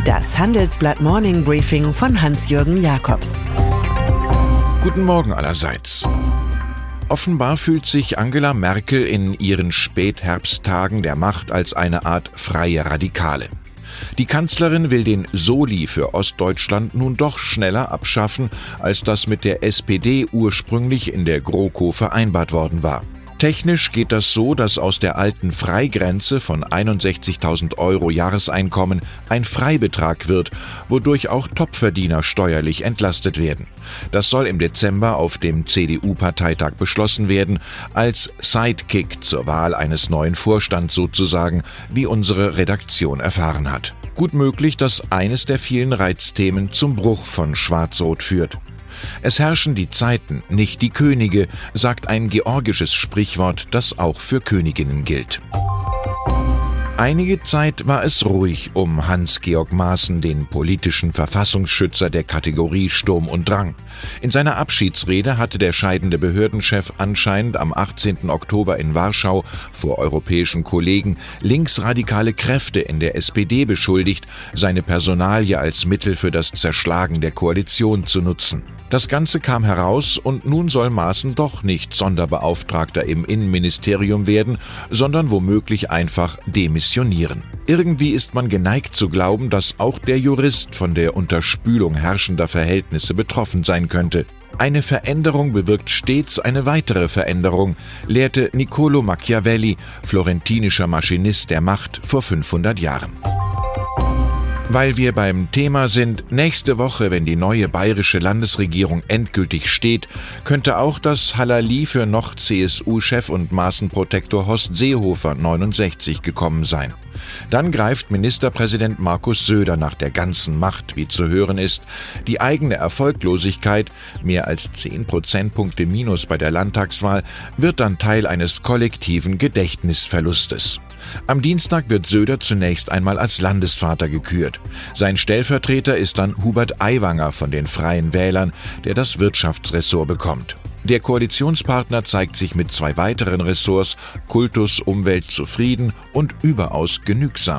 Das Handelsblatt Morning Briefing von Hans-Jürgen Jakobs. Guten Morgen allerseits. Offenbar fühlt sich Angela Merkel in ihren Spätherbsttagen der Macht als eine Art freie Radikale. Die Kanzlerin will den Soli für Ostdeutschland nun doch schneller abschaffen, als das mit der SPD ursprünglich in der GroKo vereinbart worden war. Technisch geht das so, dass aus der alten Freigrenze von 61.000 € Jahreseinkommen ein Freibetrag wird, wodurch auch Topverdiener steuerlich entlastet werden. Das soll im Dezember auf dem CDU-Parteitag beschlossen werden, als Sidekick zur Wahl eines neuen Vorstands sozusagen, wie unsere Redaktion erfahren hat. Gut möglich, dass eines der vielen Reizthemen zum Bruch von Schwarz-Rot führt. Es herrschen die Zeiten, nicht die Könige, sagt ein georgisches Sprichwort, das auch für Königinnen gilt. Einige Zeit war es ruhig um Hans-Georg Maaßen, den politischen Verfassungsschützer der Kategorie Sturm und Drang. In seiner Abschiedsrede hatte der scheidende Behördenchef anscheinend am 18. Oktober in Warschau vor europäischen Kollegen linksradikale Kräfte in der SPD beschuldigt, seine Personalie als Mittel für das Zerschlagen der Koalition zu nutzen. Das Ganze kam heraus und nun soll Maaßen doch nicht Sonderbeauftragter im Innenministerium werden, sondern womöglich einfach demissionieren. Irgendwie ist man geneigt zu glauben, dass auch der Jurist von der Unterspülung herrschender Verhältnisse betroffen sein könnte. Eine Veränderung bewirkt stets eine weitere Veränderung, lehrte Niccolo Machiavelli, florentinischer Maschinist der Macht, vor 500 Jahren. Weil wir beim Thema sind, nächste Woche, wenn die neue bayerische Landesregierung endgültig steht, könnte auch das Halali für noch CSU-Chef und Maaßen-Protektor Horst Seehofer 69 gekommen sein. Dann greift Ministerpräsident Markus Söder nach der ganzen Macht, wie zu hören ist. Die eigene Erfolglosigkeit, mehr als 10 Prozentpunkte Minus bei der Landtagswahl, wird dann Teil eines kollektiven Gedächtnisverlustes. Am Dienstag wird Söder zunächst einmal als Landesvater gekürt. Sein Stellvertreter ist dann Hubert Aiwanger von den Freien Wählern, der das Wirtschaftsressort bekommt. Der Koalitionspartner zeigt sich mit 2 weiteren Ressorts, Kultus, Umwelt, zufrieden und überaus genügsam.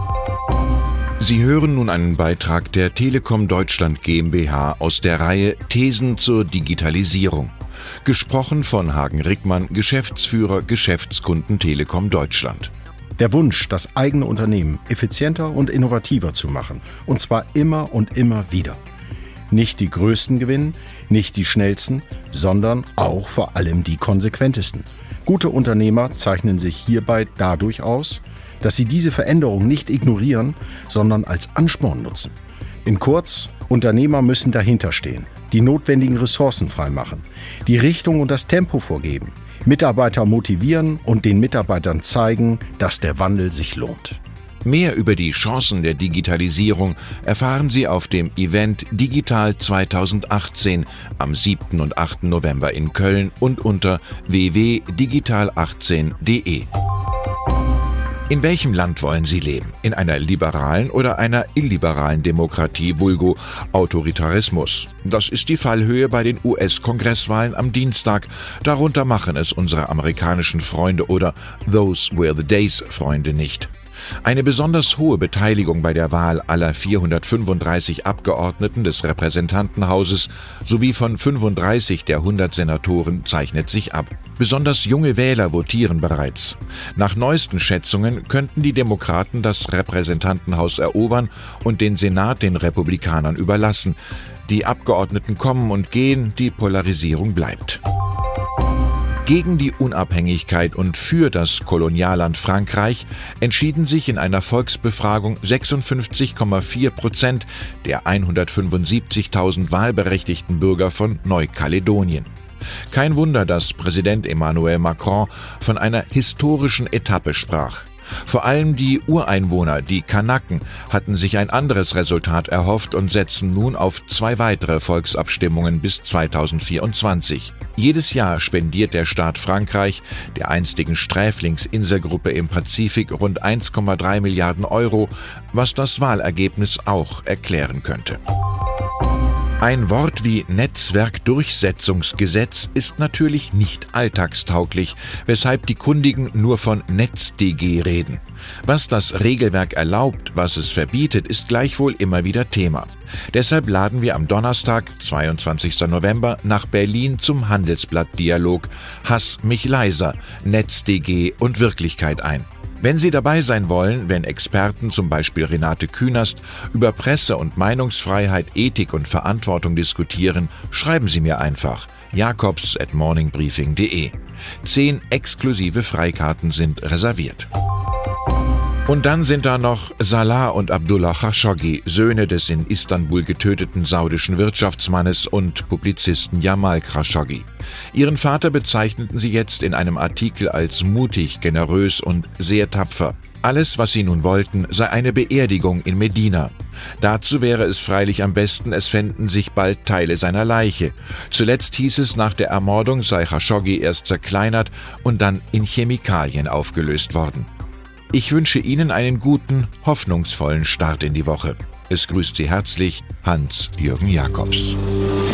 Sie hören nun einen Beitrag der Telekom Deutschland GmbH aus der Reihe Thesen zur Digitalisierung. Gesprochen von Hagen Rickmann, Geschäftsführer Geschäftskunden Telekom Deutschland. Der Wunsch, das eigene Unternehmen effizienter und innovativer zu machen, und zwar immer und immer wieder. Nicht die Größten gewinnen, nicht die Schnellsten, sondern auch vor allem die Konsequentesten. Gute Unternehmer zeichnen sich hierbei dadurch aus, dass sie diese Veränderung nicht ignorieren, sondern als Ansporn nutzen. In kurz, Unternehmer müssen dahinter stehen, die notwendigen Ressourcen freimachen, die Richtung und das Tempo vorgeben, Mitarbeiter motivieren und den Mitarbeitern zeigen, dass der Wandel sich lohnt. Mehr über die Chancen der Digitalisierung erfahren Sie auf dem Event Digital 2018 am 7. und 8. November in Köln und unter www.digital18.de. In welchem Land wollen Sie leben? In einer liberalen oder einer illiberalen Demokratie, vulgo Autoritarismus? Das ist die Fallhöhe bei den US-Kongresswahlen am Dienstag. Darunter machen es unsere amerikanischen Freunde oder Those Were the Days Freunde nicht. Eine besonders hohe Beteiligung bei der Wahl aller 435 Abgeordneten des Repräsentantenhauses sowie von 35 der 100 Senatoren zeichnet sich ab. Besonders junge Wähler votieren bereits. Nach neuesten Schätzungen könnten die Demokraten das Repräsentantenhaus erobern und den Senat den Republikanern überlassen. Die Abgeordneten kommen und gehen, die Polarisierung bleibt. Gegen die Unabhängigkeit und für das Kolonialland Frankreich entschieden sich in einer Volksbefragung 56,4% der 175.000 wahlberechtigten Bürger von Neukaledonien. Kein Wunder, dass Präsident Emmanuel Macron von einer historischen Etappe sprach. Vor allem die Ureinwohner, die Kanaken, hatten sich ein anderes Resultat erhofft und setzen nun auf 2 weitere Volksabstimmungen bis 2024. Jedes Jahr spendiert der Staat Frankreich, der einstigen Sträflingsinselgruppe im Pazifik, rund 1,3 Milliarden €, was das Wahlergebnis auch erklären könnte. Ein Wort wie Netzwerkdurchsetzungsgesetz ist natürlich nicht alltagstauglich, weshalb die Kundigen nur von NetzDG reden. Was das Regelwerk erlaubt, was es verbietet, ist gleichwohl immer wieder Thema. Deshalb laden wir am Donnerstag, 22. November, nach Berlin zum Handelsblatt-Dialog Hass mich leiser, NetzDG und Wirklichkeit ein. Wenn Sie dabei sein wollen, wenn Experten, zum Beispiel Renate Künast, über Presse- und Meinungsfreiheit, Ethik und Verantwortung diskutieren, schreiben Sie mir einfach jakobs@morningbriefing.de. 10 exklusive Freikarten sind reserviert. Und dann sind da noch Salah und Abdullah Khashoggi, Söhne des in Istanbul getöteten saudischen Wirtschaftsmannes und Publizisten Jamal Khashoggi. Ihren Vater bezeichneten sie jetzt in einem Artikel als mutig, generös und sehr tapfer. Alles, was sie nun wollten, sei eine Beerdigung in Medina. Dazu wäre es freilich am besten, es fänden sich bald Teile seiner Leiche. Zuletzt hieß es, nach der Ermordung sei Khashoggi erst zerkleinert und dann in Chemikalien aufgelöst worden. Ich wünsche Ihnen einen guten, hoffnungsvollen Start in die Woche. Es grüßt Sie herzlich Hans-Jürgen Jakobs.